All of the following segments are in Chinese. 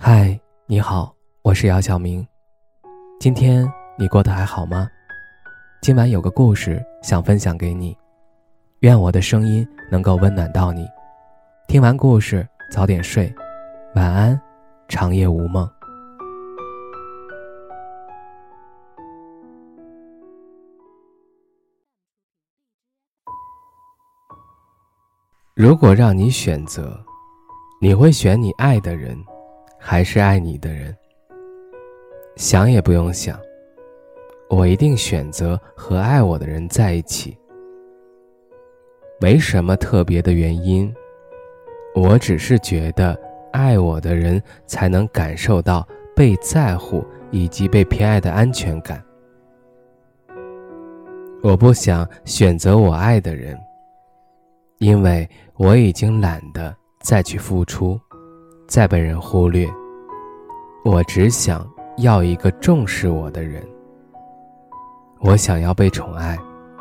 嗨，你好，我是姚晓明。今天你过得还好吗？今晚有个故事想分享给你，愿我的声音能够温暖到你。听完故事早点睡，晚安，长夜无梦。如果让你选择，你会选你爱的人还是爱你的人？想也不用想，我一定选择和爱我的人在一起。没什么特别的原因，我只是觉得爱我的人才能感受到被在乎以及被偏爱的安全感。我不想选择我爱的人，因为我已经懒得再去付出，再被人忽略。我只想要一个重视我的人，我想要被宠爱。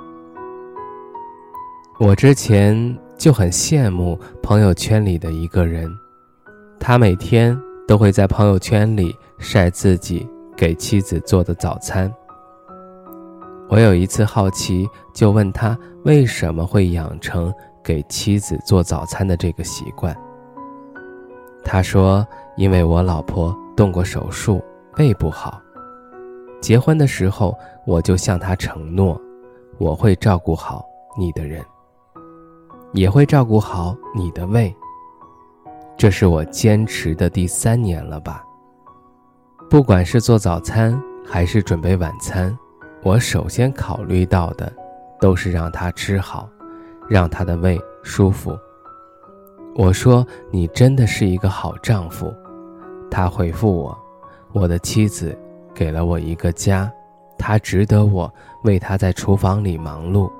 我之前就很羡慕朋友圈里的一个人，他每天都会在朋友圈里晒自己给妻子做的早餐。我有一次好奇，就问他为什么会养成给妻子做早餐的这个习惯。他说，因为我老婆动过手术，胃不好，结婚的时候我就向她承诺，我会照顾好你的人，也会照顾好你的胃。这是我坚持的第3年了吧。不管是做早餐还是准备晚餐，我首先考虑到的都是让她吃好，让她的胃舒服。我说，你真的是一个好丈夫。他回复我，我的妻子给了我一个家，她值得我为她在厨房里忙碌。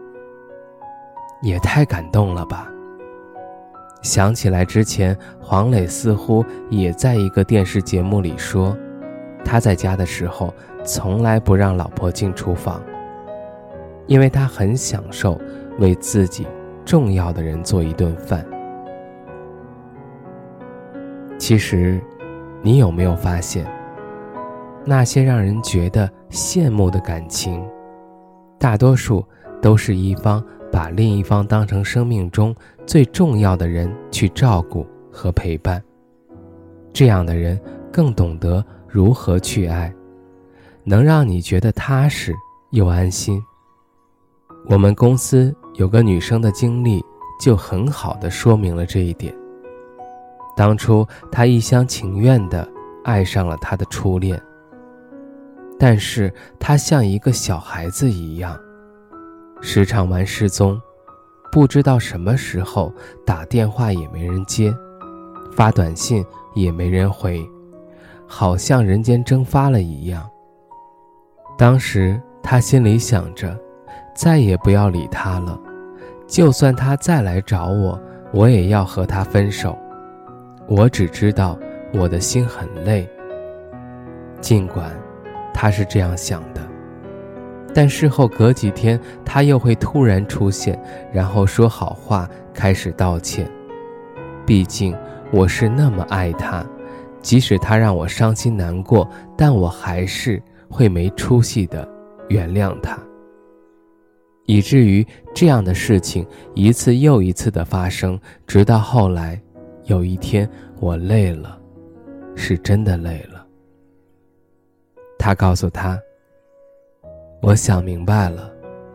也太感动了吧。想起来之前黄磊似乎也在一个电视节目里说，他在家的时候从来不让老婆进厨房，因为他很享受为自己重要的人做一顿饭。其实你有没有发现，那些让人觉得羡慕的感情，大多数都是一方把另一方当成生命中最重要的人去照顾和陪伴。这样的人更懂得如何去爱，能让你觉得踏实又安心。我们公司有个女生的经历就很好地说明了这一点。当初她一厢情愿地爱上了她的初恋，但是她像一个小孩子一样，时常玩失踪，不知道什么时候打电话也没人接，发短信也没人回，好像人间蒸发了一样。当时她心里想着，再也不要理他了，就算他再来找我，我也要和他分手。我只知道我的心很累。尽管他是这样想的，但事后隔几天他又会突然出现，然后说好话，开始道歉。毕竟我是那么爱他，即使他让我伤心难过，但我还是会没出息地原谅他。以至于这样的事情一次又一次地发生，直到后来有一天我累了，是真的累了。他告诉他，我想明白了，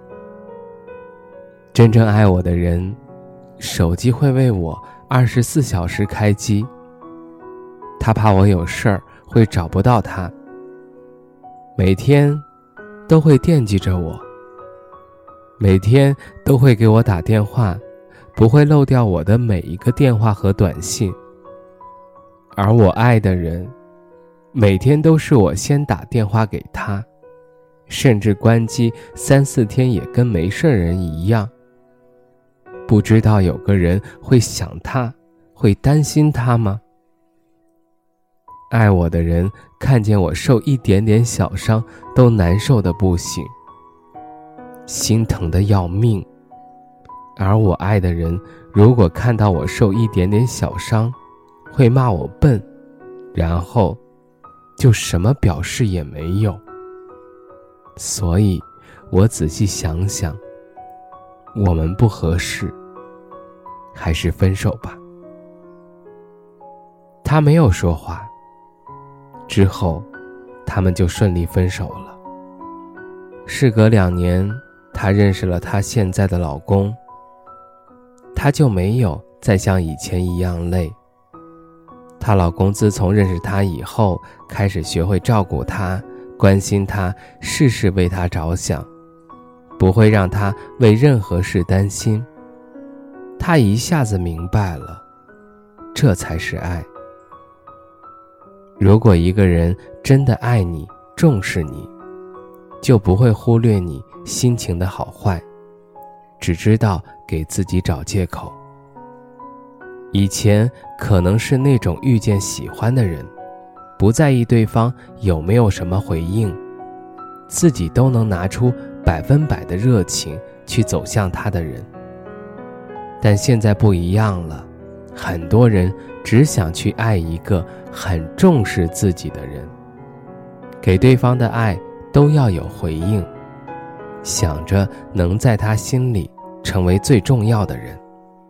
真正爱我的人，手机会为我24小时开机。他怕我有事儿会找不到他，每天都会惦记着我，每天都会给我打电话，不会漏掉我的每一个电话和短信。而我爱的人，每天都是我先打电话给他，甚至关机3、4天也跟没事人一样。不知道有个人会想他，会担心他吗？爱我的人看见我受一点点小伤都难受得不行，心疼得要命。而我爱的人如果看到我受一点点小伤，会骂我笨， 然后就什么表示也没有。所以我仔细想想，我们不合适，还是分手吧。他没有说话，之后他们就顺利分手了。事隔2年，她认识了她现在的老公，她就没有再像以前一样累。她老公自从认识她以后，开始学会照顾她，关心她，事事为她着想，不会让她为任何事担心。她一下子明白了，这才是爱。如果一个人真的爱你，重视你，就不会忽略你心情的好坏，只知道给自己找借口。以前可能是那种遇见喜欢的人，不在意对方有没有什么回应，自己都能拿出100%的热情去走向他的人。但现在不一样了，很多人只想去爱一个很重视自己的人，给对方的爱都要有回应，想着能在他心里成为最重要的人。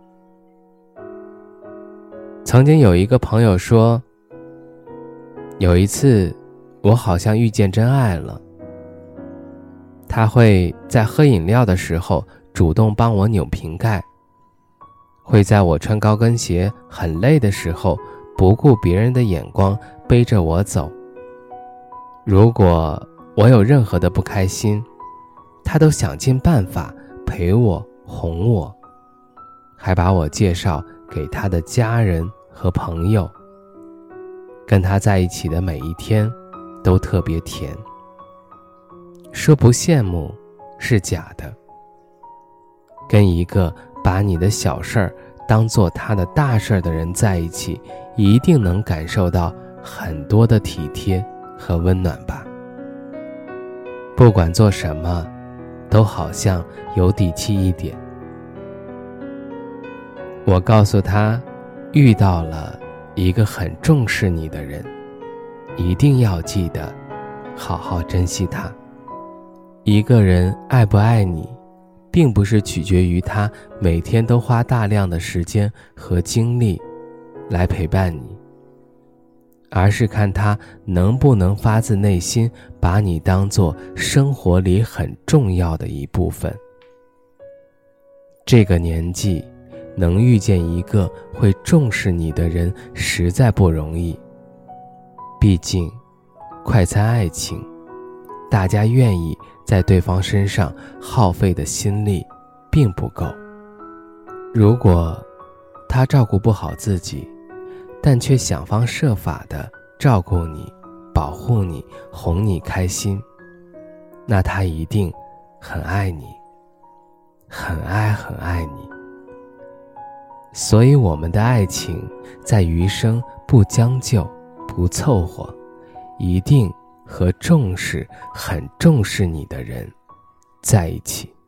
曾经有一个朋友说，有一次我好像遇见真爱了。他会在喝饮料的时候主动帮我扭瓶盖，会在我穿高跟鞋很累的时候不顾别人的眼光背着我走。如果我有任何的不开心，他都想尽办法陪我哄我，还把我介绍给他的家人和朋友。跟他在一起的每一天都特别甜。说不羡慕是假的，跟一个把你的小事儿当做他的大事儿的人在一起，一定能感受到很多的体贴和温暖吧。不管做什么，都好像有底气一点。我告诉他，遇到了一个很重视你的人，一定要记得好好珍惜他。一个人爱不爱你，并不是取决于他每天都花大量的时间和精力来陪伴你，而是看他能不能发自内心把你当作生活里很重要的一部分。这个年纪能遇见一个会重视你的人实在不容易，毕竟快餐爱情，大家愿意在对方身上耗费的心力并不够。如果他照顾不好自己，但却想方设法地照顾你，保护你，哄你开心，那他一定很爱你，很爱你。所以我们的爱情在余生不将就，不凑合，一定和很重视你的人在一起。